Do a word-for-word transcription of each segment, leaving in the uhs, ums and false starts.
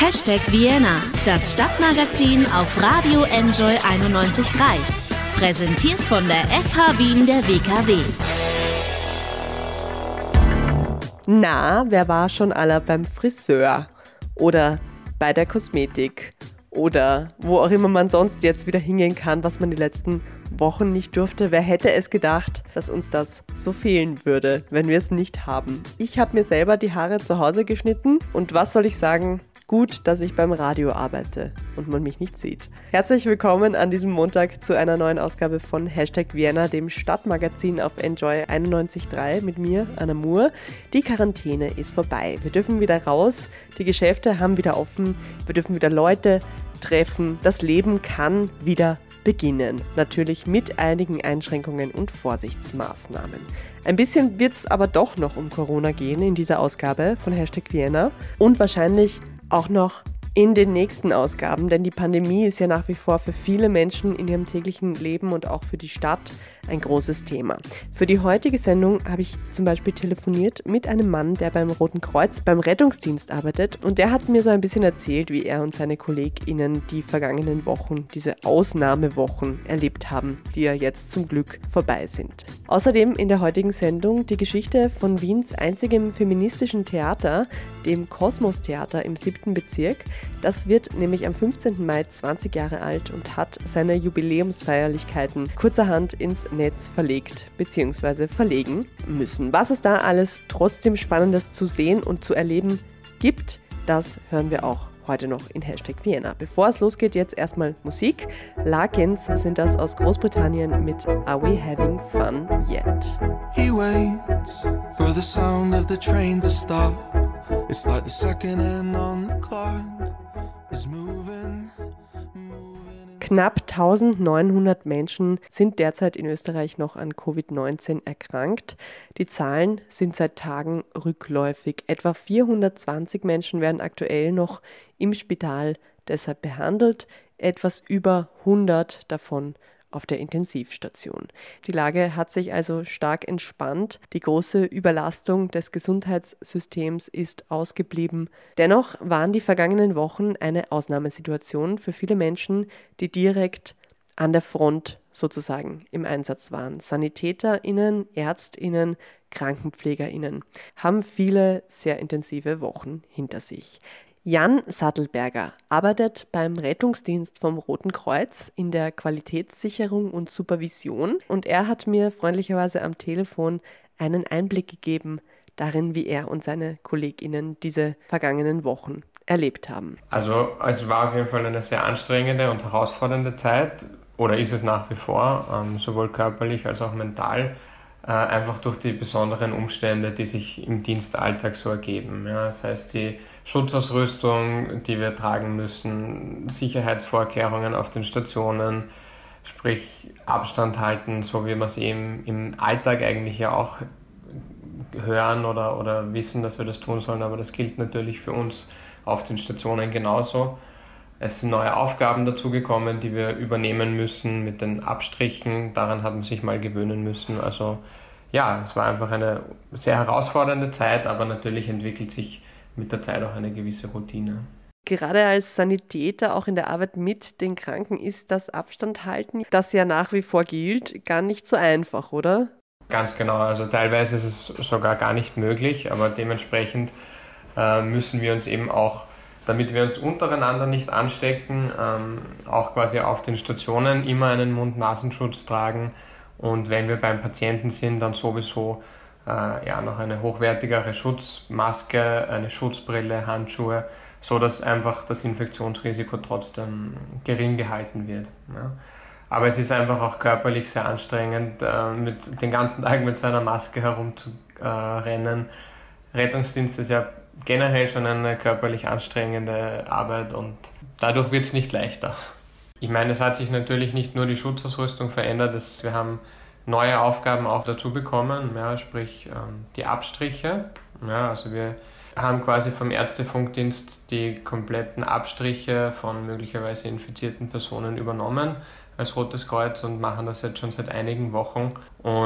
Hashtag Vienna, das Stadtmagazin auf Radio Enjoy einundneunzig Komma drei. Präsentiert von der F H Wien der W K W. Na, wer war schon aller beim Friseur? Oder bei der Kosmetik? Oder wo auch immer man sonst jetzt wieder hingehen kann, was man die letzten Wochen nicht durfte. Wer hätte es gedacht, dass uns das so fehlen würde, wenn wir es nicht haben? Ich habe mir selber die Haare zu Hause geschnitten und was soll ich sagen? Gut, dass ich beim Radio arbeite und man mich nicht sieht. Herzlich willkommen an diesem Montag zu einer neuen Ausgabe von Hashtag Vienna, dem Stadtmagazin auf Enjoy einundneunzig Komma drei mit mir, Anna Moore. Die Quarantäne ist vorbei. Wir dürfen wieder raus, die Geschäfte haben wieder offen, wir dürfen wieder Leute treffen. Das Leben kann wieder beginnen. Natürlich mit einigen Einschränkungen und Vorsichtsmaßnahmen. Ein bisschen wird es aber doch noch um Corona gehen in dieser Ausgabe von Hashtag Vienna und wahrscheinlich auch noch in den nächsten Ausgaben, denn die Pandemie ist ja nach wie vor für viele Menschen in ihrem täglichen Leben und auch für die Stadt ein großes Thema. Für die heutige Sendung habe ich zum Beispiel telefoniert mit einem Mann, der beim Roten Kreuz beim Rettungsdienst arbeitet und der hat mir so ein bisschen erzählt, wie er und seine KollegInnen die vergangenen Wochen, diese Ausnahmewochen erlebt haben, die ja jetzt zum Glück vorbei sind. Außerdem in der heutigen Sendung die Geschichte von Wiens einzigem feministischen Theater, dem Kosmos Theater im siebten Bezirk. Das wird nämlich am fünfzehnten Mai zwanzig Jahre alt und hat seine Jubiläumsfeierlichkeiten kurzerhand ins Netz verlegt bzw. verlegen müssen. Was es da alles trotzdem Spannendes zu sehen und zu erleben gibt, das hören wir auch heute noch in Hashtag Vienna. Bevor es losgeht, jetzt erstmal Musik. Larkins sind das aus Großbritannien mit Are We Having Fun Yet? He waits for the sound of the train to stop. It's like the second hand on the clock is moving. Knapp eintausendneunhundert Menschen sind derzeit in Österreich noch an Covid neunzehn erkrankt. Die Zahlen sind seit Tagen rückläufig. Etwa vierhundertzwanzig Menschen werden aktuell noch im Spital deshalb behandelt. Etwas über hundert davon auf der Intensivstation. Die Lage hat sich also stark entspannt. Die große Überlastung des Gesundheitssystems ist ausgeblieben. Dennoch waren die vergangenen Wochen eine Ausnahmesituation für viele Menschen, die direkt an der Front sozusagen im Einsatz waren. SanitäterInnen, ÄrztInnen, KrankenpflegerInnen haben viele sehr intensive Wochen hinter sich. Jan Sattelberger arbeitet beim Rettungsdienst vom Roten Kreuz in der Qualitätssicherung und Supervision und er hat mir freundlicherweise am Telefon einen Einblick gegeben darin, wie er und seine KollegInnen diese vergangenen Wochen erlebt haben. Also es war auf jeden Fall eine sehr anstrengende und herausfordernde Zeit oder ist es nach wie vor, ähm, sowohl körperlich als auch mental. Äh, einfach durch die besonderen Umstände, die sich im Dienstalltag so ergeben. Ja, das heißt, die Schutzausrüstung, die wir tragen müssen, Sicherheitsvorkehrungen auf den Stationen, sprich Abstand halten, so wie wir es eben im Alltag eigentlich ja auch hören oder, oder wissen, dass wir das tun sollen, aber das gilt natürlich für uns auf den Stationen genauso. Es sind neue Aufgaben dazugekommen, die wir übernehmen müssen mit den Abstrichen. Daran hat man sich mal gewöhnen müssen. Also ja, es war einfach eine sehr herausfordernde Zeit, aber natürlich entwickelt sich mit der Zeit auch eine gewisse Routine. Gerade als Sanitäter, auch in der Arbeit mit den Kranken, ist das Abstand halten, das ja nach wie vor gilt, gar nicht so einfach, oder? Ganz genau. Also teilweise ist es sogar gar nicht möglich, aber dementsprechend äh, müssen wir uns eben auch, damit wir uns untereinander nicht anstecken, ähm, auch quasi auf den Stationen immer einen Mund-Nasenschutz tragen und wenn wir beim Patienten sind, dann sowieso äh, ja, noch eine hochwertigere Schutzmaske, eine Schutzbrille, Handschuhe, so dass einfach das Infektionsrisiko trotzdem gering gehalten wird. Ja. Aber es ist einfach auch körperlich sehr anstrengend, äh, mit den ganzen Tag mit so einer Maske herumzurennen. Äh, Rettungsdienst ist ja generell schon eine körperlich anstrengende Arbeit und dadurch wird es nicht leichter. Ich meine, es hat sich natürlich nicht nur die Schutzausrüstung verändert, es, wir haben neue Aufgaben auch dazu bekommen, ja, sprich ähm, die Abstriche. Ja, also wir haben quasi vom Ärztefunkdienst die kompletten Abstriche von möglicherweise infizierten Personen übernommen als Rotes Kreuz und machen das jetzt schon seit einigen Wochen. Und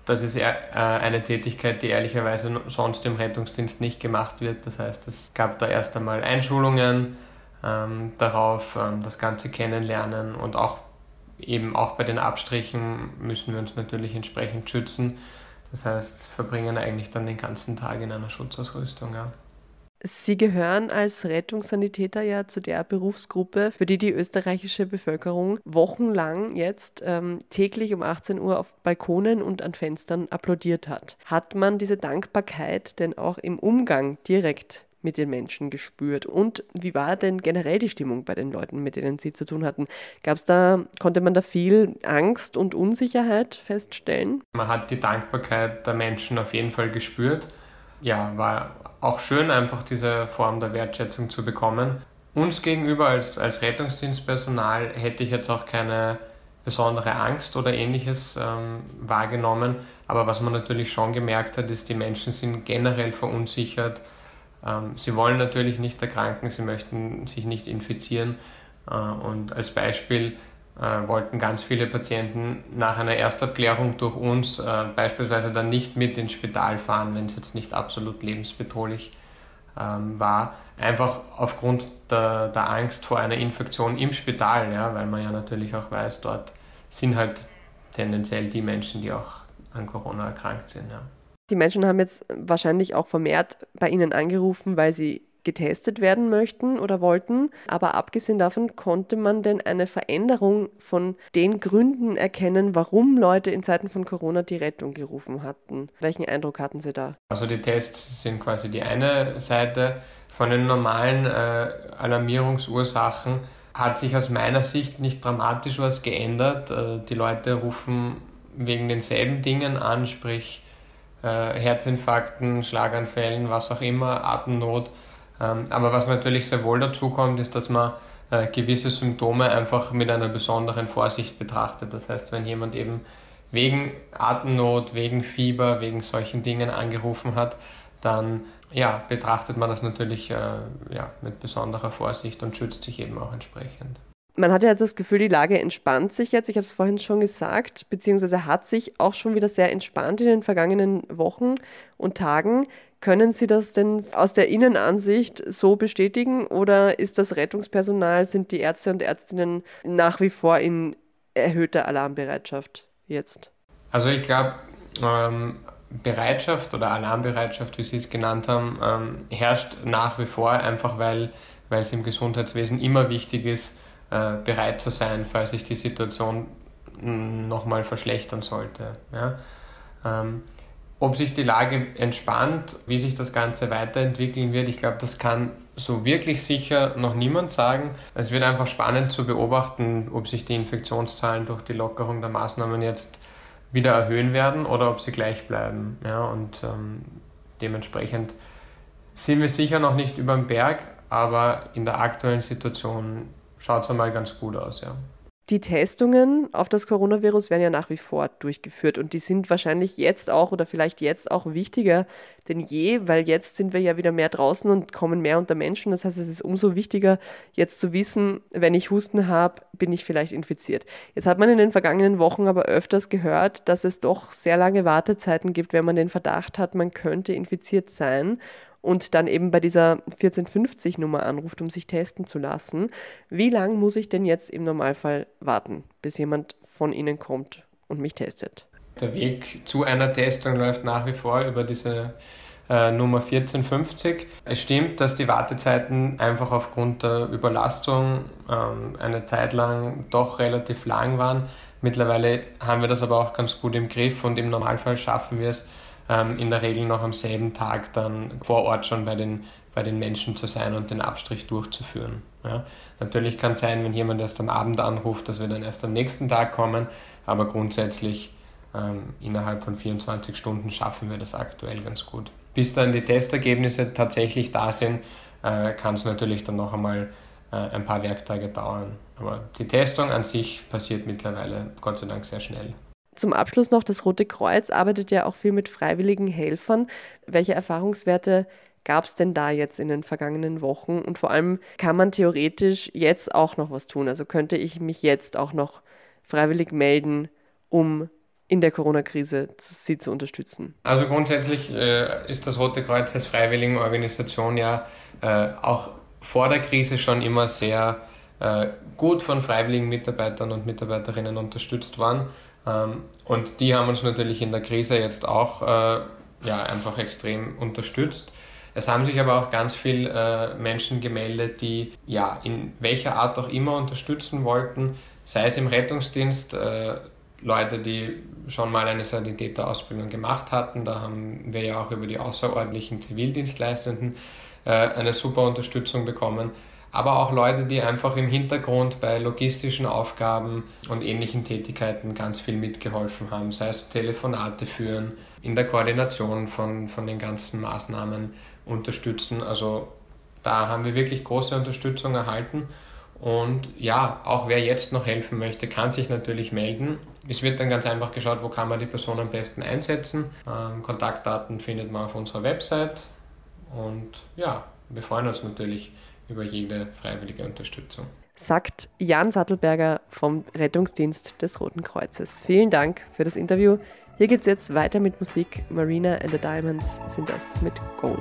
Das ist eher, äh, eine Tätigkeit, die ehrlicherweise sonst im Rettungsdienst nicht gemacht wird. Das heißt, es gab da erst einmal Einschulungen ähm, darauf, ähm, das Ganze kennenlernen und auch eben auch bei den Abstrichen müssen wir uns natürlich entsprechend schützen. Das heißt, verbringen eigentlich dann den ganzen Tag in einer Schutzausrüstung. Ja. Sie gehören als Rettungssanitäter ja zu der Berufsgruppe, für die die österreichische Bevölkerung wochenlang jetzt ähm, täglich um achtzehn Uhr auf Balkonen und an Fenstern applaudiert hat. Hat man diese Dankbarkeit denn auch im Umgang direkt mit den Menschen gespürt? Und wie war denn generell die Stimmung bei den Leuten, mit denen Sie zu tun hatten? Gab's da, konnte man da viel Angst und Unsicherheit feststellen? Man hat die Dankbarkeit der Menschen auf jeden Fall gespürt. Ja, war auch schön, einfach diese Form der Wertschätzung zu bekommen. Uns gegenüber als, als Rettungsdienstpersonal hätte ich jetzt auch keine besondere Angst oder Ähnliches ähm, wahrgenommen. Aber was man natürlich schon gemerkt hat, ist, die Menschen sind generell verunsichert. Ähm, sie wollen natürlich nicht erkranken, sie möchten sich nicht infizieren. Äh, und als Beispiel Äh, wollten ganz viele Patienten nach einer Erstabklärung durch uns äh, beispielsweise dann nicht mit ins Spital fahren, wenn es jetzt nicht absolut lebensbedrohlich ähm, war. Einfach aufgrund der, der Angst vor einer Infektion im Spital, ja, weil man ja natürlich auch weiß, dort sind halt tendenziell die Menschen, die auch an Corona erkrankt sind. Ja. Die Menschen haben jetzt wahrscheinlich auch vermehrt bei Ihnen angerufen, weil sie getestet werden möchten oder wollten. Aber abgesehen davon, konnte man denn eine Veränderung von den Gründen erkennen, warum Leute in Zeiten von Corona die Rettung gerufen hatten? Welchen Eindruck hatten Sie da? Also die Tests sind quasi die eine Seite. Von den normalen äh, Alarmierungsursachen hat sich aus meiner Sicht nicht dramatisch was geändert. Äh, die Leute rufen wegen denselben Dingen an, sprich äh, Herzinfarkten, Schlaganfällen, was auch immer, Atemnot. Aber was natürlich sehr wohl dazu kommt, ist, dass man äh, gewisse Symptome einfach mit einer besonderen Vorsicht betrachtet. Das heißt, wenn jemand eben wegen Atemnot, wegen Fieber, wegen solchen Dingen angerufen hat, dann ja, betrachtet man das natürlich äh, ja, mit besonderer Vorsicht und schützt sich eben auch entsprechend. Man hat ja das Gefühl, die Lage entspannt sich jetzt. Ich habe es vorhin schon gesagt, beziehungsweise hat sich auch schon wieder sehr entspannt in den vergangenen Wochen und Tagen. Können Sie das denn aus der Innenansicht so bestätigen oder ist das Rettungspersonal, sind die Ärzte und Ärztinnen nach wie vor in erhöhter Alarmbereitschaft jetzt? Also ich glaube, ähm, Bereitschaft oder Alarmbereitschaft, wie Sie es genannt haben, ähm, herrscht nach wie vor, einfach weil, weil es im Gesundheitswesen immer wichtig ist, äh, bereit zu sein, falls sich die Situation nochmal verschlechtern sollte. Ja? Ähm, Ob sich die Lage entspannt, wie sich das Ganze weiterentwickeln wird, ich glaube, das kann so wirklich sicher noch niemand sagen. Es wird einfach spannend zu beobachten, ob sich die Infektionszahlen durch die Lockerung der Maßnahmen jetzt wieder erhöhen werden oder ob sie gleich bleiben. Ja, und ähm, dementsprechend sind wir sicher noch nicht über den Berg, aber in der aktuellen Situation schaut es einmal ganz gut aus. Ja. Die Testungen auf das Coronavirus werden ja nach wie vor durchgeführt und die sind wahrscheinlich jetzt auch oder vielleicht jetzt auch wichtiger denn je, weil jetzt sind wir ja wieder mehr draußen und kommen mehr unter Menschen. Das heißt, es ist umso wichtiger, jetzt zu wissen, wenn ich Husten habe, bin ich vielleicht infiziert. Jetzt hat man in den vergangenen Wochen aber öfters gehört, dass es doch sehr lange Wartezeiten gibt, wenn man den Verdacht hat, man könnte infiziert sein. Und dann eben bei dieser vierzehn fünfzig Nummer anruft, um sich testen zu lassen. Wie lange muss ich denn jetzt im Normalfall warten, bis jemand von Ihnen kommt und mich testet? Der Weg zu einer Testung läuft nach wie vor über diese äh, Nummer vierzehn fünfzig. Es stimmt, dass die Wartezeiten einfach aufgrund der Überlastung ähm, eine Zeit lang doch relativ lang waren. Mittlerweile haben wir das aber auch ganz gut im Griff und im Normalfall schaffen wir es, in der Regel noch am selben Tag dann vor Ort schon bei den, bei den Menschen zu sein und den Abstrich durchzuführen. Ja. Natürlich kann es sein, wenn jemand erst am Abend anruft, dass wir dann erst am nächsten Tag kommen, aber grundsätzlich ähm, innerhalb von vierundzwanzig Stunden schaffen wir das aktuell ganz gut. Bis dann die Testergebnisse tatsächlich da sind, äh, kann es natürlich dann noch einmal äh, ein paar Werktage dauern. Aber die Testung an sich passiert mittlerweile Gott sei Dank sehr schnell. Zum Abschluss noch, das Rote Kreuz arbeitet ja auch viel mit freiwilligen Helfern. Welche Erfahrungswerte gab es denn da jetzt in den vergangenen Wochen? Und vor allem, kann man theoretisch jetzt auch noch was tun? Also könnte ich mich jetzt auch noch freiwillig melden, um in der Corona-Krise sie zu unterstützen? Also grundsätzlich äh, ist das Rote Kreuz als Freiwilligenorganisation ja äh, auch vor der Krise schon immer sehr äh, gut von freiwilligen Mitarbeitern und Mitarbeiterinnen unterstützt worden. Ähm, und die haben uns natürlich in der Krise jetzt auch äh, ja, einfach extrem unterstützt. Es haben sich aber auch ganz viele äh, Menschen gemeldet, die ja in welcher Art auch immer unterstützen wollten, sei es im Rettungsdienst, äh, Leute, die schon mal eine Sanitäterausbildung gemacht hatten. Da haben wir ja auch über die außerordentlichen Zivildienstleistenden äh, eine super Unterstützung bekommen. Aber auch Leute, die einfach im Hintergrund bei logistischen Aufgaben und ähnlichen Tätigkeiten ganz viel mitgeholfen haben. Sei es Telefonate führen, in der Koordination von, von den ganzen Maßnahmen unterstützen. Also da haben wir wirklich große Unterstützung erhalten. Und ja, auch wer jetzt noch helfen möchte, kann sich natürlich melden. Es wird dann ganz einfach geschaut, wo kann man die Person am besten einsetzen. Ähm, Kontaktdaten findet man auf unserer Website. Und ja, wir freuen uns natürlich über jede freiwillige Unterstützung. Sagt Jan Sattelberger vom Rettungsdienst des Roten Kreuzes. Vielen Dank für das Interview. Hier geht's jetzt weiter mit Musik. Marina and the Diamonds sind das mit Gold.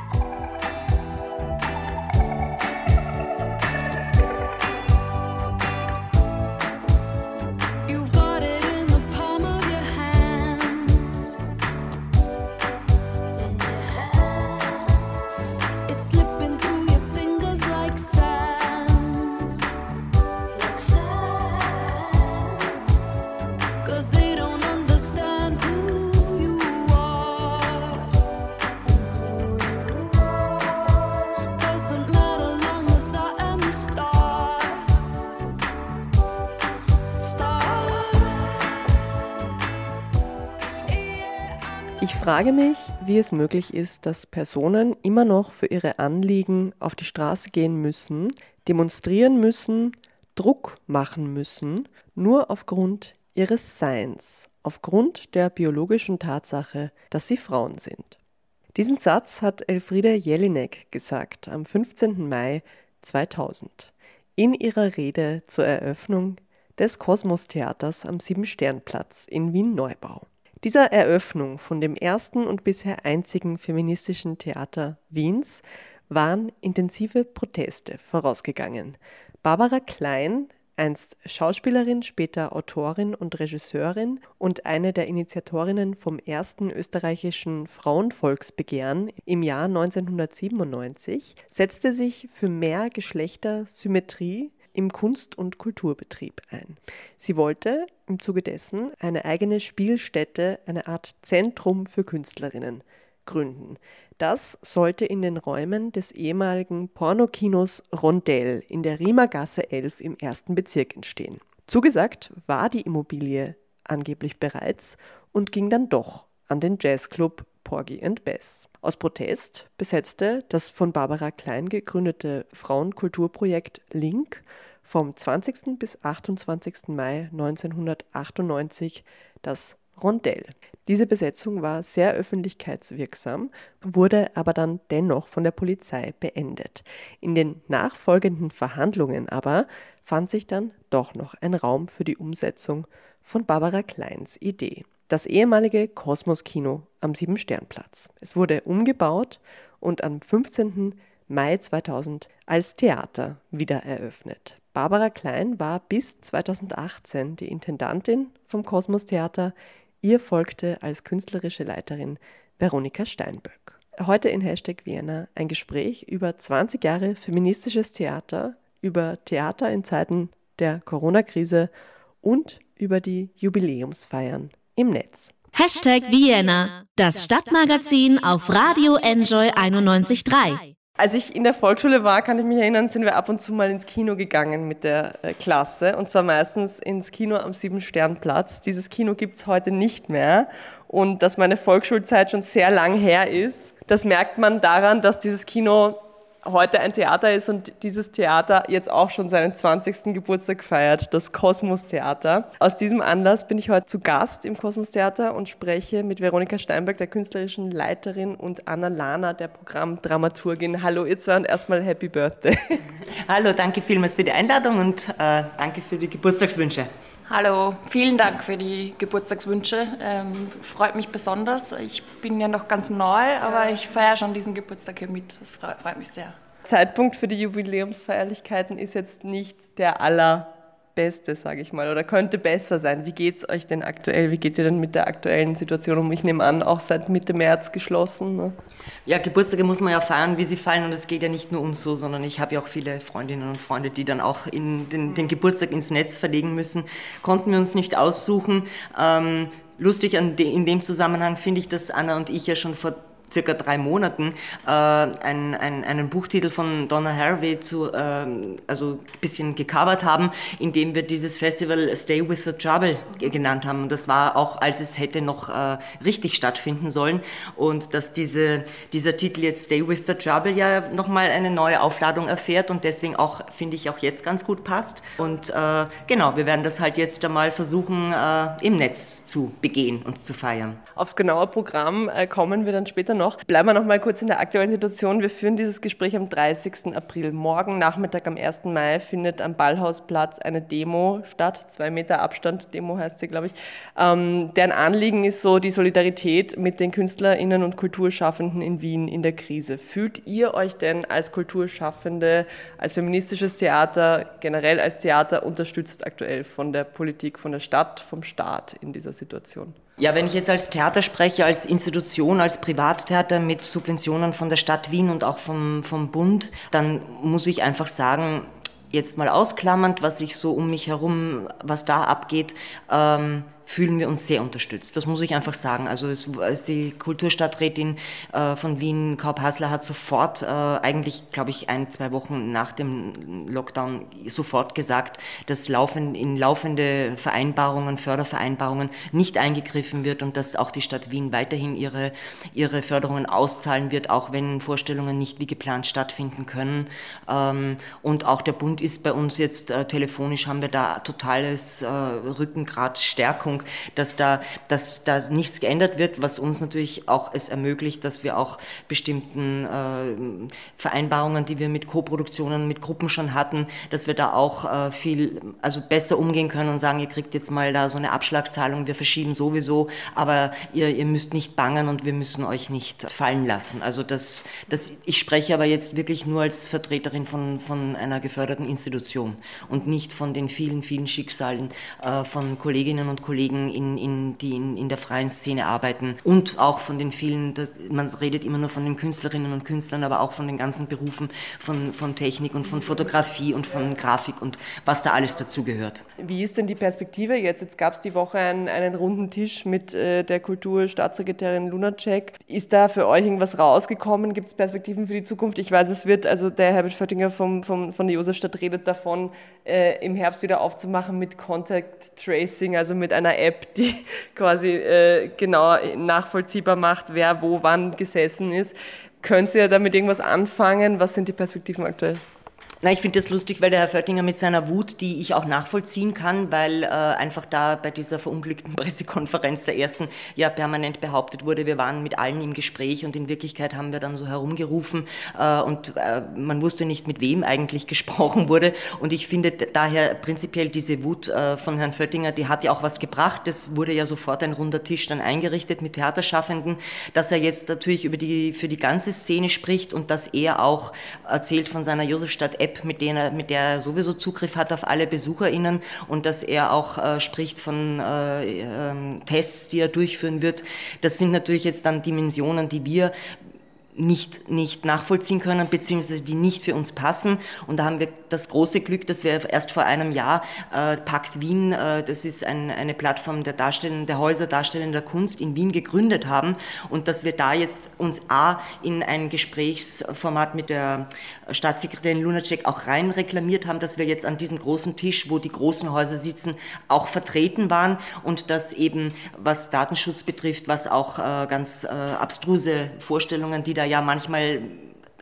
Ich frage mich, wie es möglich ist, dass Personen immer noch für ihre Anliegen auf die Straße gehen müssen, demonstrieren müssen, Druck machen müssen, nur aufgrund ihres Seins, aufgrund der biologischen Tatsache, dass sie Frauen sind. Diesen Satz hat Elfriede Jelinek gesagt am fünfzehnten Mai zweitausend in ihrer Rede zur Eröffnung des Kosmos-Theaters am Siebensternplatz in Wien-Neubau. Dieser Eröffnung von dem ersten und bisher einzigen feministischen Theater Wiens waren intensive Proteste vorausgegangen. Barbara Klein, einst Schauspielerin, später Autorin und Regisseurin und eine der Initiatorinnen vom ersten österreichischen Frauenvolksbegehren im Jahr neunzehnhundertsiebenundneunzig, setzte sich für mehr Geschlechtersymmetrie im Kunst- und Kulturbetrieb ein. Sie wollte im Zuge dessen eine eigene Spielstätte, eine Art Zentrum für Künstlerinnen gründen. Das sollte in den Räumen des ehemaligen Pornokinos Rondell in der Riemergasse elf im ersten Bezirk entstehen. Zugesagt war die Immobilie angeblich bereits und ging dann doch an den Jazzclub Porgy and Bess. Aus Protest besetzte das von Barbara Klein gegründete Frauenkulturprojekt Link vom zwanzigsten bis achtundzwanzigsten Mai neunzehnhundertachtundneunzig das Rondell. Diese Besetzung war sehr öffentlichkeitswirksam, wurde aber dann dennoch von der Polizei beendet. In den nachfolgenden Verhandlungen aber fand sich dann doch noch ein Raum für die Umsetzung von Barbara Kleins Idee. Das ehemalige Kosmos-Kino am Siebensternplatz. Es wurde umgebaut und am fünfzehnten Mai zweitausend als Theater wieder eröffnet. Barbara Klein war bis zweitausendachtzehn die Intendantin vom Kosmos Theater. Ihr folgte als künstlerische Leiterin Veronika Steinböck. Heute in Hashtag Vienna ein Gespräch über zwanzig Jahre feministisches Theater, über Theater in Zeiten der Corona-Krise und über die Jubiläumsfeiern im Netz. Hashtag Vienna, das Stadtmagazin auf Radio Enjoy einundneunzig Komma drei. Als ich in der Volksschule war, kann ich mich erinnern, sind wir ab und zu mal ins Kino gegangen mit der äh, Klasse und zwar meistens ins Kino am Siebensternplatz. Dieses Kino gibt es heute nicht mehr und dass meine Volksschulzeit schon sehr lang her ist, das merkt man daran, dass dieses Kino heute ein Theater ist und dieses Theater jetzt auch schon seinen zwanzigsten Geburtstag feiert, das Kosmos Theater. Aus diesem Anlass bin ich heute zu Gast im Kosmos Theater und spreche mit Veronika Steinböck, der künstlerischen Leiterin, und Anna Lahner, der Programmdramaturgin. Hallo ihr zwei und erstmal Happy Birthday. Hallo, danke vielmals für die Einladung und äh, danke für die Geburtstagswünsche. Hallo, vielen Dank für die Geburtstagswünsche. Ähm, freut mich besonders. Ich bin ja noch ganz neu, aber ich feiere schon diesen Geburtstag hier mit. Das freut mich sehr. Zeitpunkt für die Jubiläumsfeierlichkeiten ist jetzt nicht der allerbeste, sage ich mal, oder könnte besser sein. Wie geht es euch denn aktuell? Wie geht ihr denn mit der aktuellen Situation um? Ich nehme an, auch seit Mitte März geschlossen. Ne? Ja, Geburtstage muss man ja feiern, wie sie fallen, und es geht ja nicht nur uns so, sondern ich habe ja auch viele Freundinnen und Freunde, die dann auch in den, den Geburtstag ins Netz verlegen müssen. Konnten wir uns nicht aussuchen. Ähm, lustig an de, in dem Zusammenhang finde ich, dass Anna und ich ja schon vor circa drei Monaten äh, ein, ein, einen Buchtitel von Donna Haraway zu, äh, also ein bisschen gecovert haben, in dem wir dieses Festival Stay with the Trouble genannt haben. Und das war auch, als es hätte noch äh, richtig stattfinden sollen. Und dass diese, dieser Titel jetzt Stay with the Trouble ja nochmal eine neue Aufladung erfährt und deswegen auch, finde ich, auch jetzt ganz gut passt. Und äh, genau, wir werden das halt jetzt einmal versuchen, äh, im Netz zu begehen und zu feiern. Aufs genaue Programm äh, kommen wir dann später noch. Bleiben wir noch mal kurz in der aktuellen Situation. Wir führen dieses Gespräch am dreißigsten April. Morgen Nachmittag am ersten Mai findet am Ballhausplatz eine Demo statt. Zwei Meter Abstand, Demo heißt sie, glaube ich. Ähm, deren Anliegen ist so die Solidarität mit den KünstlerInnen und Kulturschaffenden in Wien in der Krise. Fühlt ihr euch denn als Kulturschaffende, als feministisches Theater, generell als Theater unterstützt aktuell von der Politik, von der Stadt, vom Staat in dieser Situation? Ja, wenn ich jetzt als Theater spreche, als Institution, als Privattheater mit Subventionen von der Stadt Wien und auch vom, vom Bund, dann muss ich einfach sagen, jetzt mal ausklammernd, was ich so um mich herum, was da abgeht, ähm, fühlen wir uns sehr unterstützt. Das muss ich einfach sagen. Also es, es die Kulturstadträtin äh, von Wien, Kaup Hassler, hat sofort, äh, eigentlich glaube ich ein, zwei Wochen nach dem Lockdown, sofort gesagt, dass laufen, in laufende Vereinbarungen, Fördervereinbarungen nicht eingegriffen wird und dass auch die Stadt Wien weiterhin ihre, ihre Förderungen auszahlen wird, auch wenn Vorstellungen nicht wie geplant stattfinden können. Ähm, und auch der Bund ist bei uns jetzt äh, telefonisch, haben wir da totales äh, Rückengradstärkung, dass da, dass da nichts geändert wird, was uns natürlich auch es ermöglicht, dass wir auch bestimmten äh, Vereinbarungen, die wir mit Co-Produktionen, mit Gruppen schon hatten, dass wir da auch äh, viel, also besser umgehen können und sagen, ihr kriegt jetzt mal da so eine Abschlagszahlung, wir verschieben sowieso, aber ihr, ihr müsst nicht bangen und wir müssen euch nicht fallen lassen. Also das, das, ich spreche aber jetzt wirklich nur als Vertreterin von, von einer geförderten Institution und nicht von den vielen, vielen Schicksalen äh, von Kolleginnen und Kollegen, In, in, die in, in der freien Szene arbeiten und auch von den vielen, das, man redet immer nur von den Künstlerinnen und Künstlern, aber auch von den ganzen Berufen von, von Technik und von Fotografie und von Grafik und was da alles dazugehört. Wie ist denn die Perspektive jetzt? Jetzt gab es die Woche einen, einen runden Tisch mit äh, der Kulturstaatssekretärin Lunacek. Ist da für euch irgendwas rausgekommen? Gibt es Perspektiven für die Zukunft? Ich weiß, es wird, also der Herbert Föttinger vom, vom, von der Josefstadt redet davon, äh, im Herbst wieder aufzumachen mit Contact Tracing, also mit einer App, die quasi äh, genau nachvollziehbar macht, wer wo wann gesessen ist. Könnt ihr damit irgendwas anfangen? Was sind die Perspektiven aktuell? Na, ich finde das lustig, weil der Herr Föttinger mit seiner Wut, die ich auch nachvollziehen kann, weil äh, einfach da bei dieser verunglückten Pressekonferenz der ersten ja permanent behauptet wurde, wir waren mit allen im Gespräch und in Wirklichkeit haben wir dann so herumgerufen äh, und äh, man wusste nicht, mit wem eigentlich gesprochen wurde. Und ich finde daher prinzipiell diese Wut äh, von Herrn Föttinger, die hat ja auch was gebracht. Es wurde ja sofort ein runder Tisch dann eingerichtet mit Theaterschaffenden, dass er jetzt natürlich über die, für die ganze Szene spricht und dass er auch erzählt von seiner Josefstadt-App, mit der, er, mit der er sowieso Zugriff hat auf alle BesucherInnen und dass er auch äh, spricht von äh, äh, Tests, die er durchführen wird. Das sind natürlich jetzt dann Dimensionen, die wir nicht, nicht nachvollziehen können, beziehungsweise die nicht für uns passen. Und da haben wir das große Glück, dass wir erst vor einem Jahr äh, Pakt Wien, äh, das ist ein, eine Plattform der Darstellenden, der Häuser darstellender Kunst in Wien gegründet haben und dass wir da jetzt uns A in ein Gesprächsformat mit der Staatssekretärin Lunacek auch rein reklamiert haben, dass wir jetzt an diesem großen Tisch, wo die großen Häuser sitzen, auch vertreten waren und dass eben, was Datenschutz betrifft, was auch äh, ganz äh, abstruse Vorstellungen, die da ja manchmal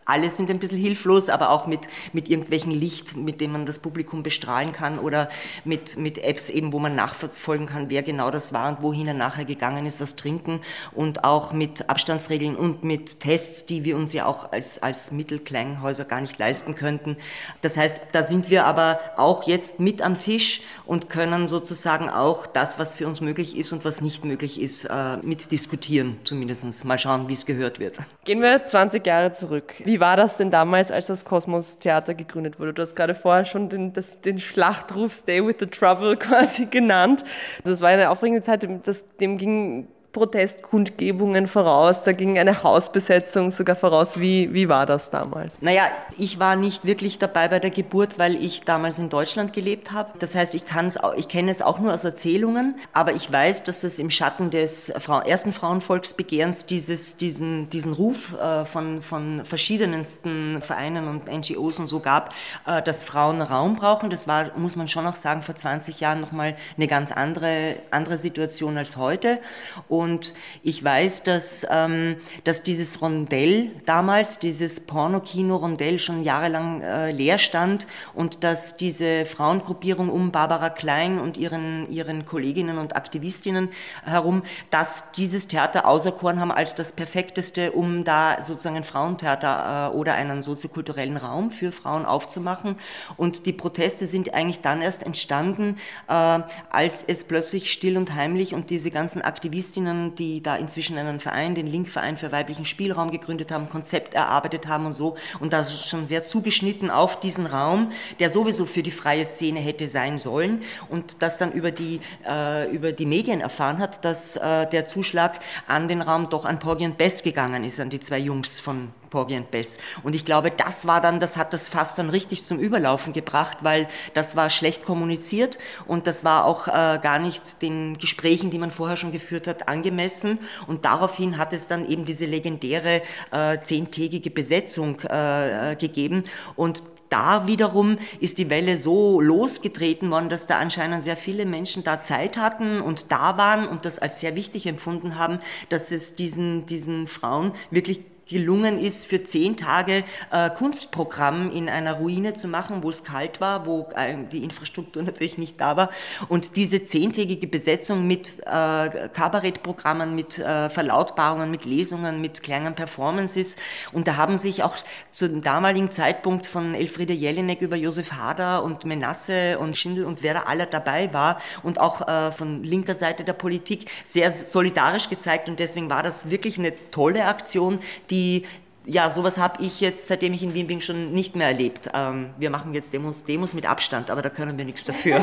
alle sind ein bisschen hilflos, aber auch mit, mit irgendwelchen Licht, mit dem man das Publikum bestrahlen kann oder mit, mit Apps eben, wo man nachverfolgen kann, wer genau das war und wohin er nachher gegangen ist, was trinken und auch mit Abstandsregeln und mit Tests, die wir uns ja auch als, als Mittelkleinhäuser gar nicht leisten könnten. Das heißt, da sind wir aber auch jetzt mit am Tisch und können sozusagen auch das, was für uns möglich ist und was nicht möglich ist, äh, mitdiskutieren, zumindest. Mal schauen, wie es gehört wird. Gehen wir zwanzig Jahre zurück. Wie war das denn damals, als das Kosmos Theater gegründet wurde? Du hast gerade vorher schon den, das, den Schlachtruf Stay with the Trouble quasi genannt. Das war eine aufregende Zeit, das, dem ging Protestkundgebungen voraus, da ging eine Hausbesetzung sogar voraus. Wie, wie war das damals? Naja, ich war nicht wirklich dabei bei der Geburt, weil ich damals in Deutschland gelebt habe. Das heißt, ich, kann's auch, ich kenne es auch nur aus Erzählungen, aber ich weiß, dass es im Schatten des Frau, ersten Frauenvolksbegehrens dieses, diesen, diesen Ruf äh, von, von verschiedensten Vereinen und N G Os und so gab, äh, dass Frauen Raum brauchen. Das war, muss man schon auch sagen, vor zwanzig Jahren nochmal eine ganz andere, andere Situation als heute. Und Und ich weiß, dass, ähm, dass dieses Rondell damals, dieses Pornokino-Rondell schon jahrelang äh, leer stand und dass diese Frauengruppierung um Barbara Klein und ihren, ihren Kolleginnen und Aktivistinnen herum, dass dieses Theater auserkoren haben als das Perfekteste, um da sozusagen ein Frauentheater äh, oder einen soziokulturellen Raum für Frauen aufzumachen. Und die Proteste sind eigentlich dann erst entstanden, äh, als es plötzlich still und heimlich und diese ganzen Aktivistinnen, die da inzwischen einen Verein, den Link-Verein für weiblichen Spielraum gegründet haben, Konzept erarbeitet haben und so und da schon sehr zugeschnitten auf diesen Raum, der sowieso für die freie Szene hätte sein sollen und das dann über die, äh, über die Medien erfahren hat, dass äh, der Zuschlag an den Raum doch an Porgy and Bess gegangen ist, an die zwei Jungs von Porgy and Bess. Und ich glaube, das war dann, das hat das fast dann richtig zum Überlaufen gebracht, weil das war schlecht kommuniziert und das war auch äh, gar nicht den Gesprächen, die man vorher schon geführt hat, angemessen. Und daraufhin hat es dann eben diese legendäre äh, zehntägige Besetzung äh, gegeben. Und da wiederum ist die Welle so losgetreten worden, dass da anscheinend sehr viele Menschen da Zeit hatten und da waren und das als sehr wichtig empfunden haben, dass es diesen, diesen Frauen wirklich gelungen ist, für zehn Tage äh, Kunstprogramm in einer Ruine zu machen, wo es kalt war, wo äh, die Infrastruktur natürlich nicht da war. Und diese zehntägige Besetzung mit äh, Kabarettprogrammen, mit äh, Verlautbarungen, mit Lesungen, mit kleinen Performances. Und da haben sich auch zum damaligen Zeitpunkt von Elfriede Jelinek über Josef Hader und Menasse und Schindel und wer da alle dabei war und auch äh, von linker Seite der Politik sehr solidarisch gezeigt. Und deswegen war das wirklich eine tolle Aktion, die Die, ja, sowas habe ich jetzt, seitdem ich in Wien bin, schon nicht mehr erlebt. Ähm, wir machen jetzt Demos, Demos mit Abstand, aber da können wir nichts dafür.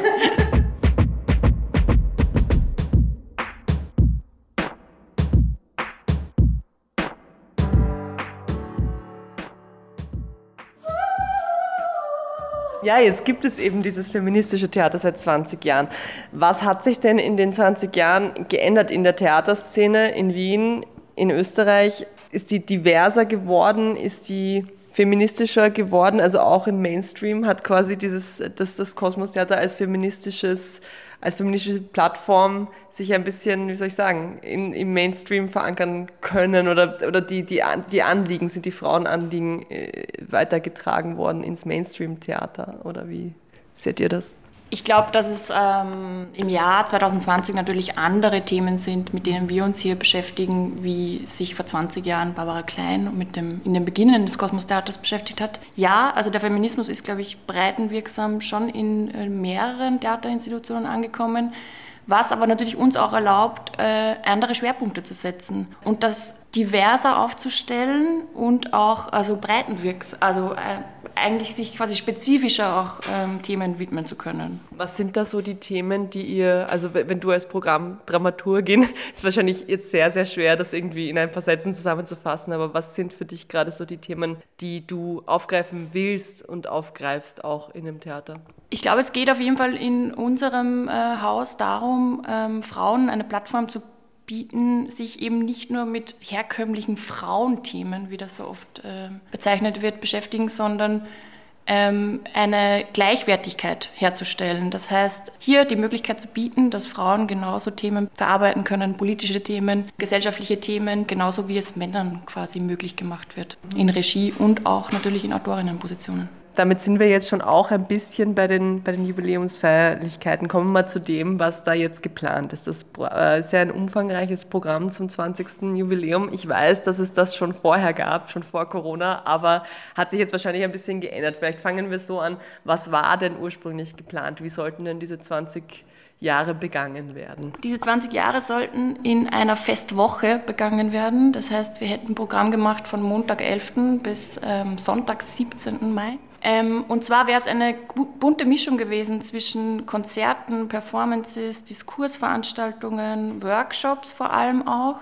Ja, jetzt gibt es eben dieses feministische Theater seit zwanzig Jahren. Was hat sich denn in den zwanzig Jahren geändert in der Theaterszene in Wien, in Österreich? Ist die diverser geworden? Ist die feministischer geworden? Also auch im Mainstream hat quasi dieses, das, das Kosmos Theater als feministisches, als feministische Plattform sich ein bisschen, wie soll ich sagen, in, im Mainstream verankern können oder, oder die, die, die Anliegen, sind die Frauenanliegen äh, weitergetragen worden ins Mainstream-Theater oder wie seht ihr das? Ich glaube, dass es ähm, im Jahr zwanzig zwanzig natürlich andere Themen sind, mit denen wir uns hier beschäftigen, wie sich vor zwanzig Jahren Barbara Klein mit dem, in den Beginnen des Kosmos Theaters beschäftigt hat. Ja, also der Feminismus ist, glaube ich, breitenwirksam schon in äh, mehreren Theaterinstitutionen angekommen, was aber natürlich uns auch erlaubt, äh, andere Schwerpunkte zu setzen und das diverser aufzustellen und auch also breitenwirksam, also äh, eigentlich sich quasi spezifischer auch ähm, Themen widmen zu können. Was sind da so die Themen, die ihr, also wenn du als Programmdramaturgin, ist wahrscheinlich jetzt sehr, sehr schwer, das irgendwie in ein paar Sätzen zusammenzufassen, aber was sind für dich gerade so die Themen, die du aufgreifen willst und aufgreifst auch in einem Theater? Ich glaube, es geht auf jeden Fall in unserem äh, Haus darum, ähm, Frauen eine Plattform zu bieten, sich eben nicht nur mit herkömmlichen Frauenthemen, wie das so oft äh, bezeichnet wird, beschäftigen, sondern ähm, eine Gleichwertigkeit herzustellen. Das heißt, hier die Möglichkeit zu bieten, dass Frauen genauso Themen verarbeiten können, politische Themen, gesellschaftliche Themen, genauso wie es Männern quasi möglich gemacht wird, in Regie und auch natürlich in Autorinnenpositionen. Damit sind wir jetzt schon auch ein bisschen bei den, bei den Jubiläumsfeierlichkeiten. Kommen wir mal zu dem, was da jetzt geplant ist. Das ist ja ein umfangreiches Programm zum zwanzigsten Jubiläum. Ich weiß, dass es das schon vorher gab, schon vor Corona, aber hat sich jetzt wahrscheinlich ein bisschen geändert. Vielleicht fangen wir so an, was war denn ursprünglich geplant? Wie sollten denn diese zwanzig Jahre begangen werden? Diese zwanzig Jahre sollten in einer Festwoche begangen werden. Das heißt, wir hätten ein Programm gemacht von Montag, elften bis ähm, Sonntag, siebzehnten Mai. Ähm, und zwar wäre es eine bunte Mischung gewesen zwischen Konzerten, Performances, Diskursveranstaltungen, Workshops vor allem auch,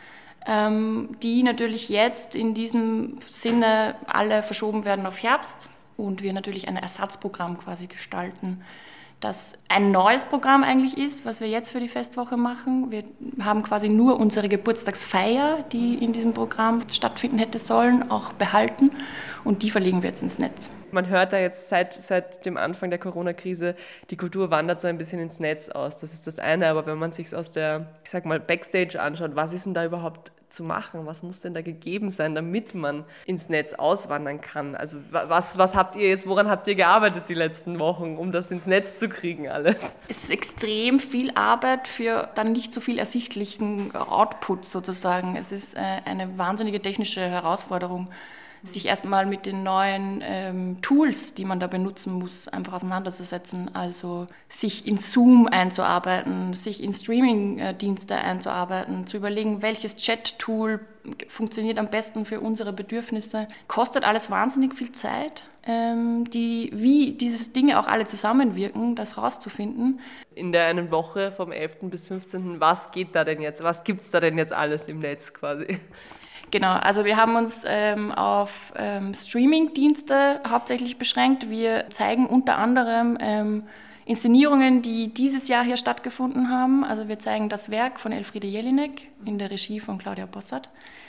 ähm, die natürlich jetzt in diesem Sinne alle verschoben werden auf Herbst und wir natürlich ein Ersatzprogramm quasi gestalten, das ein neues Programm eigentlich ist, was wir jetzt für die Festwoche machen. Wir haben quasi nur unsere Geburtstagsfeier, die in diesem Programm stattfinden hätte sollen, auch behalten und die verlegen wir jetzt ins Netz. Man hört da jetzt seit, seit dem Anfang der Corona-Krise, die Kultur wandert so ein bisschen ins Netz aus. Das ist das eine, aber wenn man sich es aus der, ich sag mal, Backstage anschaut, was ist denn da überhaupt zu machen? Was muss denn da gegeben sein, damit man ins Netz auswandern kann? Also was, was habt ihr jetzt, woran habt ihr gearbeitet die letzten Wochen, um das ins Netz zu kriegen alles? Es ist extrem viel Arbeit für dann nicht so viel ersichtlichen Output sozusagen. Es ist eine wahnsinnige technische Herausforderung, sich erstmal mit den neuen ähm, Tools, die man da benutzen muss, einfach auseinanderzusetzen. Also sich in Zoom einzuarbeiten, sich in Streaming-Dienste einzuarbeiten, zu überlegen, welches Chat-Tool funktioniert am besten für unsere Bedürfnisse. Kostet alles wahnsinnig viel Zeit, ähm, die, wie diese Dinge auch alle zusammenwirken, das rauszufinden. In der einen Woche vom elften bis fünfzehnten, was geht da denn jetzt? Was gibt es da denn jetzt alles im Netz quasi? Genau, also wir haben uns ähm, auf ähm, Streaming-Dienste hauptsächlich beschränkt. Wir zeigen unter anderem ähm, Inszenierungen, die dieses Jahr hier stattgefunden haben. Also wir zeigen das Werk von Elfriede Jelinek in der Regie von Claudia Bossert.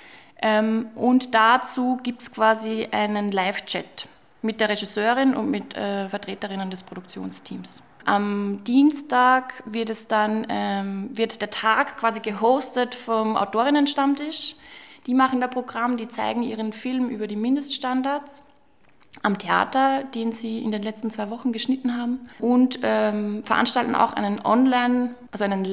Ähm, und dazu gibt es quasi einen Live-Chat mit der Regisseurin und mit äh, Vertreterinnen des Produktionsteams. Am Dienstag wird, es dann, ähm, wird der Tag quasi gehostet vom Autorinnenstammtisch. Die machen da Programm, die zeigen ihren Film über die Mindeststandards am Theater, den sie in den letzten zwei Wochen geschnitten haben und ähm, veranstalten auch einen Online, also einen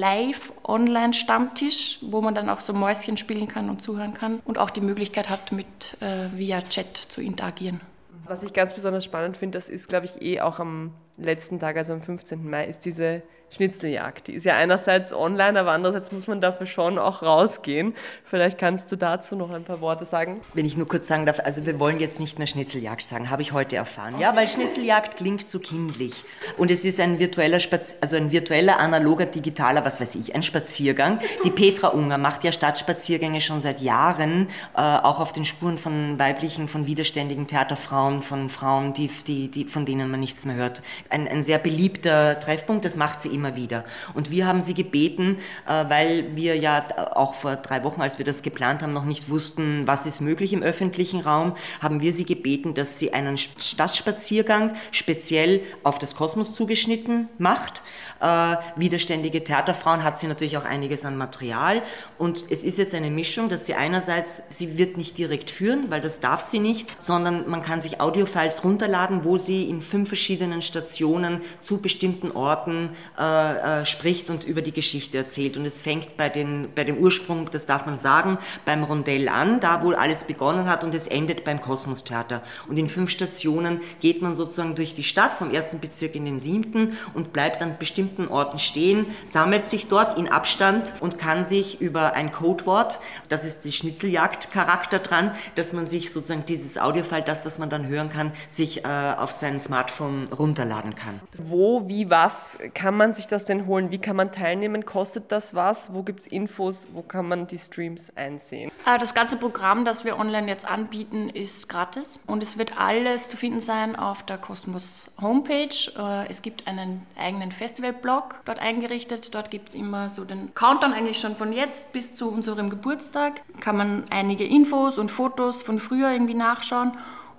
Live-Online-Stammtisch, wo man dann auch so Mäuschen spielen kann und zuhören kann und auch die Möglichkeit hat, mit äh, via Chat zu interagieren. Was ich ganz besonders spannend finde, das ist, glaube ich, eh auch am letzten Tag, also am fünfzehnten Mai, ist diese Schnitzeljagd. Die ist ja einerseits online, aber andererseits muss man dafür schon auch rausgehen. Vielleicht kannst du dazu noch ein paar Worte sagen. Wenn ich nur kurz sagen darf, also wir wollen jetzt nicht mehr Schnitzeljagd sagen, habe ich heute erfahren. Ja, weil Schnitzeljagd klingt so kindlich. Und es ist ein virtueller, Spaz- also ein virtueller, analoger, digitaler, was weiß ich, ein Spaziergang. Die Petra Unger macht ja Stadtspaziergänge schon seit Jahren, äh, auch auf den Spuren von weiblichen, von widerständigen Theaterfrauen, von Frauen, die, die, die, von denen man nichts mehr hört. Ein, ein sehr beliebter Treffpunkt, das macht sie immer immer wieder. Und wir haben sie gebeten, weil wir ja auch vor drei Wochen, als wir das geplant haben, noch nicht wussten, was ist möglich im öffentlichen Raum, haben wir sie gebeten, dass sie einen Stadtspaziergang speziell auf das Kosmos zugeschnitten macht. Äh, widerständige Theaterfrauen hat sie natürlich auch einiges an Material und es ist jetzt eine Mischung, dass sie einerseits, sie wird nicht direkt führen, weil das darf sie nicht, sondern man kann sich Audiofiles runterladen, wo sie in fünf verschiedenen Stationen zu bestimmten Orten äh, äh, spricht und über die Geschichte erzählt. Und es fängt bei, den, bei dem Ursprung, das darf man sagen, beim Rondell an, da wo alles begonnen hat, und es endet beim Kosmos-Theater. Und in fünf Stationen geht man sozusagen durch die Stadt, vom ersten Bezirk in den siebten, und bleibt an bestimmten Orten stehen, sammelt sich dort in Abstand und kann sich über ein Codewort, das ist die Schnitzeljagd-Charakter dran, dass man sich sozusagen dieses Audiofile, das, was man dann hören kann, sich äh, auf sein Smartphone runterladen kann. Wo, wie, was kann man sich das denn holen? Wie kann man teilnehmen? Kostet das was? Wo gibt es Infos? Wo kann man die Streams einsehen? Das ganze Programm, das wir online jetzt anbieten, ist gratis und es wird alles zu finden sein auf der Kosmos Homepage. Es gibt einen eigenen Festivalblog dort eingerichtet. Dort gibt es immer so den Countdown eigentlich schon von jetzt bis zu unserem Geburtstag. Kann man einige Infos und Fotos von früher irgendwie nachschauen.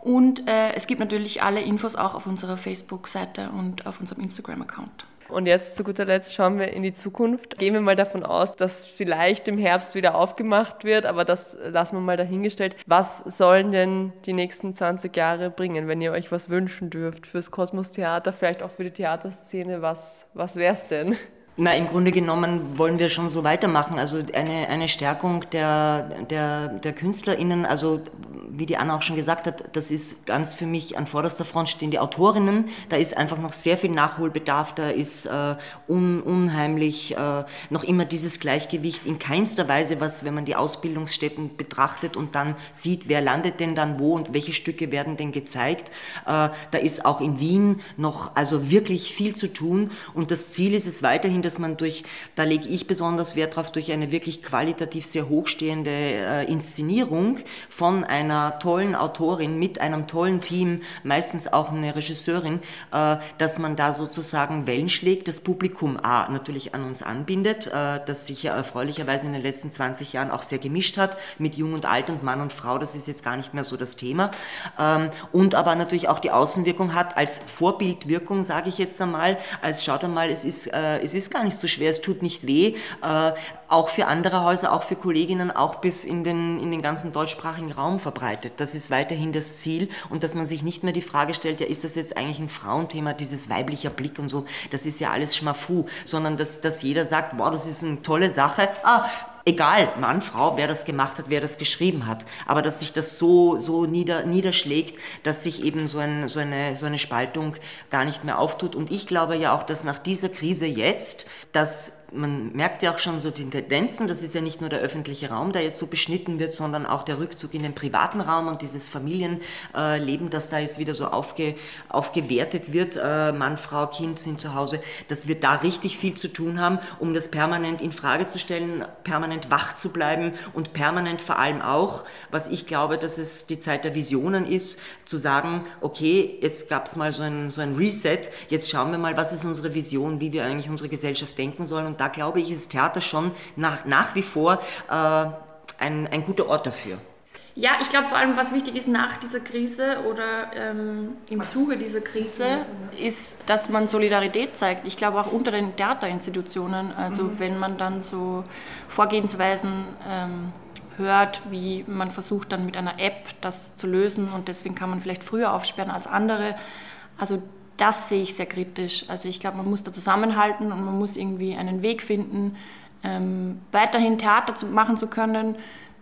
Und äh, es gibt natürlich alle Infos auch auf unserer Facebook-Seite und auf unserem Instagram-Account. Und jetzt zu guter Letzt schauen wir in die Zukunft. Gehen wir mal davon aus, dass vielleicht im Herbst wieder aufgemacht wird, aber das lassen wir mal dahingestellt. Was sollen denn die nächsten zwanzig Jahre bringen, wenn ihr euch was wünschen dürft fürs Kosmos-Theater, vielleicht auch für die Theaterszene? Was, was wäre es denn? Na, im Grunde genommen wollen wir schon so weitermachen. Also eine, eine Stärkung der, der, der KünstlerInnen, also wie die Anna auch schon gesagt hat, das ist ganz für mich an vorderster Front stehen die Autorinnen. Da ist einfach noch sehr viel Nachholbedarf, da ist äh, un, unheimlich äh, noch immer dieses Gleichgewicht in keinster Weise, was, wenn man die Ausbildungsstätten betrachtet und dann sieht, wer landet denn dann wo und welche Stücke werden denn gezeigt. Äh, da ist auch in Wien noch also wirklich viel zu tun und das Ziel ist es weiterhin, dass man durch, da lege ich besonders Wert drauf, durch eine wirklich qualitativ sehr hochstehende äh, Inszenierung von einer tollen Autorin mit einem tollen Team, meistens auch eine Regisseurin, äh, dass man da sozusagen Wellen schlägt, das Publikum A natürlich an uns anbindet, äh, das sich ja erfreulicherweise in den letzten zwanzig Jahren auch sehr gemischt hat, mit Jung und Alt und Mann und Frau, das ist jetzt gar nicht mehr so das Thema. Ähm, und aber natürlich auch die Außenwirkung hat, als Vorbildwirkung, sage ich jetzt einmal, als schaut einmal, es ist, äh, es ist gar nicht so schwer, es tut nicht weh, äh, auch für andere Häuser, auch für Kolleginnen, auch bis in den, in den ganzen deutschsprachigen Raum verbreitet. Das ist weiterhin das Ziel und dass man sich nicht mehr die Frage stellt, ja, ist das jetzt eigentlich ein Frauenthema, dieses weiblicher Blick und so, das ist ja alles Schmafu, sondern dass, dass jeder sagt, wow, das ist eine tolle Sache, ah, egal, Mann, Frau, wer das gemacht hat, wer das geschrieben hat, aber dass sich das so, so nieder, niederschlägt, dass sich eben so, ein, so, eine, so eine Spaltung gar nicht mehr auftut. Und ich glaube ja auch, dass nach dieser Krise jetzt, dass man merkt ja auch schon so die Tendenzen, das ist ja nicht nur der öffentliche Raum, der jetzt so beschnitten wird, sondern auch der Rückzug in den privaten Raum und dieses Familienleben, das da jetzt wieder so aufge, aufgewertet wird, Mann, Frau, Kind sind zu Hause, dass wir da richtig viel zu tun haben, um das permanent in Frage zu stellen, permanent wach zu bleiben und permanent vor allem auch, was ich glaube, dass es die Zeit der Visionen ist, zu sagen, okay, jetzt gab es mal so ein, so ein Reset, jetzt schauen wir mal, was ist unsere Vision, wie wir eigentlich unsere Gesellschaft denken sollen und da glaube ich, ist Theater schon nach, nach wie vor äh, ein, ein guter Ort dafür. Ja, ich glaube vor allem, was wichtig ist nach dieser Krise oder ähm, im Zuge dieser Krise, ist, dass man Solidarität zeigt. Ich glaube auch unter den Theaterinstitutionen, also mhm. wenn man dann so Vorgehensweisen ähm, hört, wie man versucht dann mit einer App das zu lösen und deswegen kann man vielleicht früher aufsperren als andere. Also das sehe ich sehr kritisch. Also ich glaube, man muss da zusammenhalten und man muss irgendwie einen Weg finden, ähm, weiterhin Theater zu machen zu können,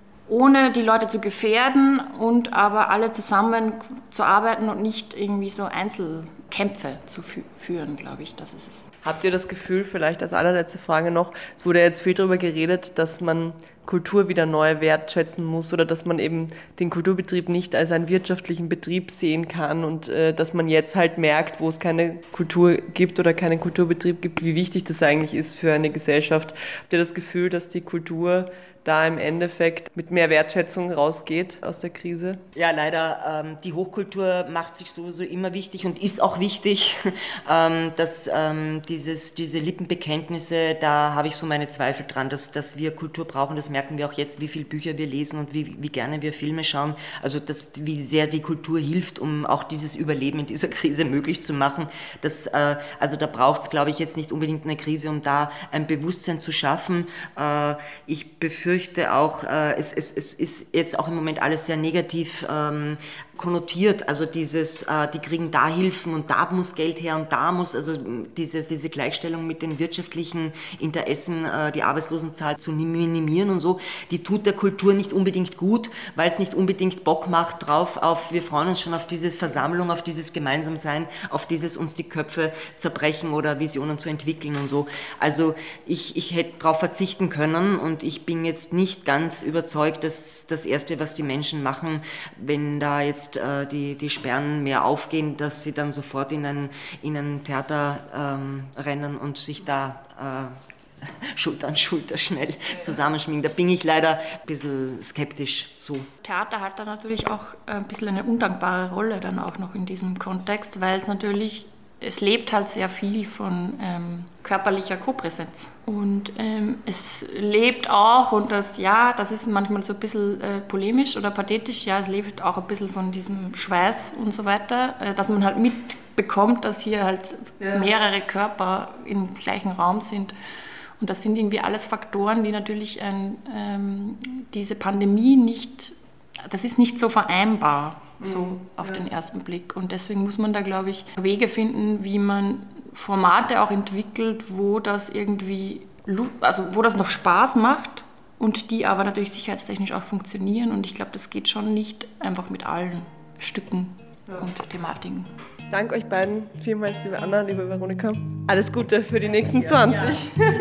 ohne die Leute zu gefährden und aber alle zusammen zu arbeiten und nicht irgendwie so Einzelkämpfe zu fü- führen, glaube ich, das ist es. Habt ihr das Gefühl, vielleicht als allerletzte Frage noch, es wurde jetzt viel darüber geredet, dass man Kultur wieder neu wertschätzen muss oder dass man eben den Kulturbetrieb nicht als einen wirtschaftlichen Betrieb sehen kann und äh, dass man jetzt halt merkt, wo es keine Kultur gibt oder keinen Kulturbetrieb gibt, wie wichtig das eigentlich ist für eine Gesellschaft. Habt ihr das Gefühl, dass die Kultur da im Endeffekt mit mehr Wertschätzung rausgeht aus der Krise? Ja, leider. Ähm, die Hochkultur macht sich sowieso immer wichtig und ist auch wichtig. ähm, dass ähm, dieses, diese Lippenbekenntnisse, da habe ich so meine Zweifel dran, dass, dass wir Kultur brauchen. Das merken wir auch jetzt, wie viele Bücher wir lesen und wie, wie gerne wir Filme schauen. Also dass, wie sehr die Kultur hilft, um auch dieses Überleben in dieser Krise möglich zu machen. Das, äh, also da braucht es, glaube ich, jetzt nicht unbedingt eine Krise, um da ein Bewusstsein zu schaffen. Äh, ich befürchte auch, äh, es, es, es ist jetzt auch im Moment alles sehr negativ ähm, konnotiert, also dieses, äh, die kriegen da Hilfen und da muss Geld her und da muss, also diese, diese Gleichstellung mit den wirtschaftlichen Interessen, äh, die Arbeitslosenzahl zu minimieren und so, die tut der Kultur nicht unbedingt gut, weil es nicht unbedingt Bock macht drauf, auf, wir freuen uns schon auf diese Versammlung, auf dieses Gemeinsamsein, auf dieses uns die Köpfe zerbrechen oder Visionen zu entwickeln und so. Also ich, ich hätte darauf verzichten können und ich bin jetzt nicht ganz überzeugt, dass das Erste, was die Menschen machen, wenn da jetzt Die, die Sperren mehr aufgehen, dass sie dann sofort in ein, in ein Theater ähm, rennen und sich da äh, Schulter an Schulter schnell zusammenschmiegen. Da bin ich leider ein bisschen skeptisch. So. Theater hat da natürlich auch ein bisschen eine undankbare Rolle dann auch noch in diesem Kontext, weil es natürlich es lebt halt sehr viel von ähm, körperlicher Kopräsenz. Und ähm, es lebt auch, und das, ja, das ist manchmal so ein bisschen äh, polemisch oder pathetisch, ja, es lebt auch ein bisschen von diesem Schweiß und so weiter, äh, dass man halt mitbekommt, dass hier halt ja. mehrere Körper im gleichen Raum sind. Und das sind irgendwie alles Faktoren, die natürlich ein, ähm, diese Pandemie nicht, das ist nicht so vereinbar. So auf ja. den ersten Blick. Und deswegen muss man da, glaube ich, Wege finden, wie man Formate auch entwickelt, wo das irgendwie, also wo das noch Spaß macht und die aber natürlich sicherheitstechnisch auch funktionieren. Und ich glaube, das geht schon nicht einfach mit allen Stücken ja. und Thematiken. Danke euch beiden vielmals, liebe Anna, liebe Veronika. Alles Gute für die nächsten zwanzig. Ja.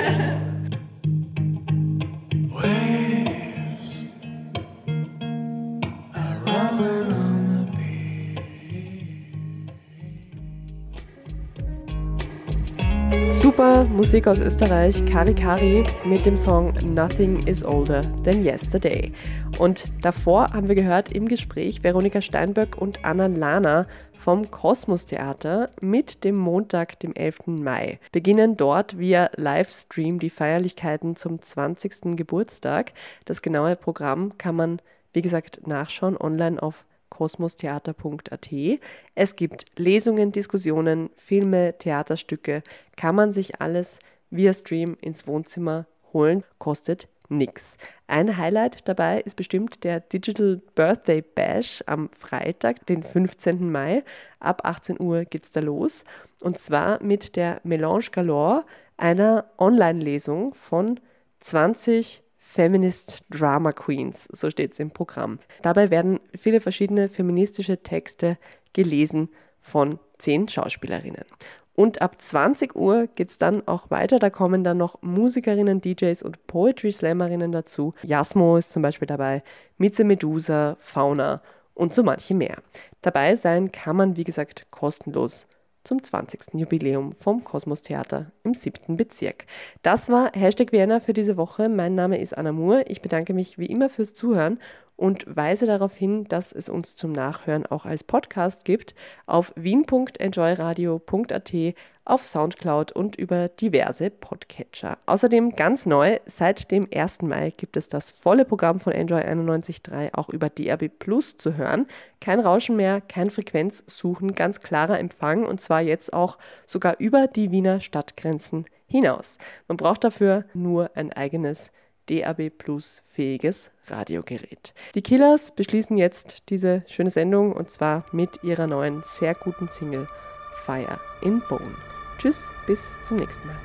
Super Musik aus Österreich, Kari Kari mit dem Song Nothing is Older Than Yesterday. Und davor haben wir gehört im Gespräch Veronika Steinböck und Anna Lahner vom Kosmos Theater mit dem Montag, dem elften Mai. Beginnen dort via Livestream die Feierlichkeiten zum zwanzigsten Geburtstag. Das genaue Programm kann man, wie gesagt, nachschauen online auf kosmostheater punkt a t. Es gibt Lesungen, Diskussionen, Filme, Theaterstücke. Kann man sich alles via Stream ins Wohnzimmer holen, kostet nichts. Ein Highlight dabei ist bestimmt der Digital Birthday Bash am Freitag, den fünfzehnten Mai. Ab achtzehn Uhr geht's da los. Und zwar mit der Melange Galore, einer Online-Lesung von zwanzig Feminist Drama Queens, so steht es im Programm. Dabei werden viele verschiedene feministische Texte gelesen von zehn Schauspielerinnen. Und ab zwanzig Uhr geht es dann auch weiter, da kommen dann noch Musikerinnen, D Js und Poetry Slammerinnen dazu. Jasmo ist zum Beispiel dabei, Mize Medusa, Fauna und so manche mehr. Dabei sein kann man, wie gesagt, kostenlos zum zwanzigsten Jubiläum vom Kosmos Theater im siebten Bezirk. Das war Hashtag Vienna für diese Woche. Mein Name ist Anna Moore. Ich bedanke mich wie immer fürs Zuhören und weise darauf hin, dass es uns zum Nachhören auch als Podcast gibt auf wien punkt enjoyradio punkt a t, auf Soundcloud und über diverse Podcatcher. Außerdem ganz neu, seit dem ersten Mai gibt es das volle Programm von Enjoy einundneunzig Komma drei auch über D R B Plus zu hören. Kein Rauschen mehr, kein Frequenzsuchen, ganz klarer Empfang und zwar jetzt auch sogar über die Wiener Stadtgrenzen hinaus. Man braucht dafür nur ein eigenes D A B Plus fähiges Radiogerät. Die Killers beschließen jetzt diese schöne Sendung und zwar mit ihrer neuen, sehr guten Single Fire in Bone. Tschüss, bis zum nächsten Mal.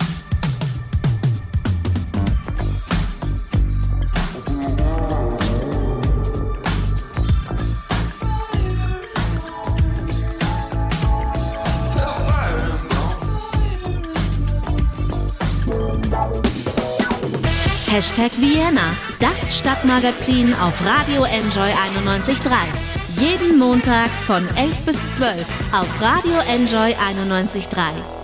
Hashtag Vienna, das Stadtmagazin auf Radio Enjoy einundneunzig Komma drei. Jeden Montag von elf bis zwölf auf Radio Enjoy einundneunzig Komma drei.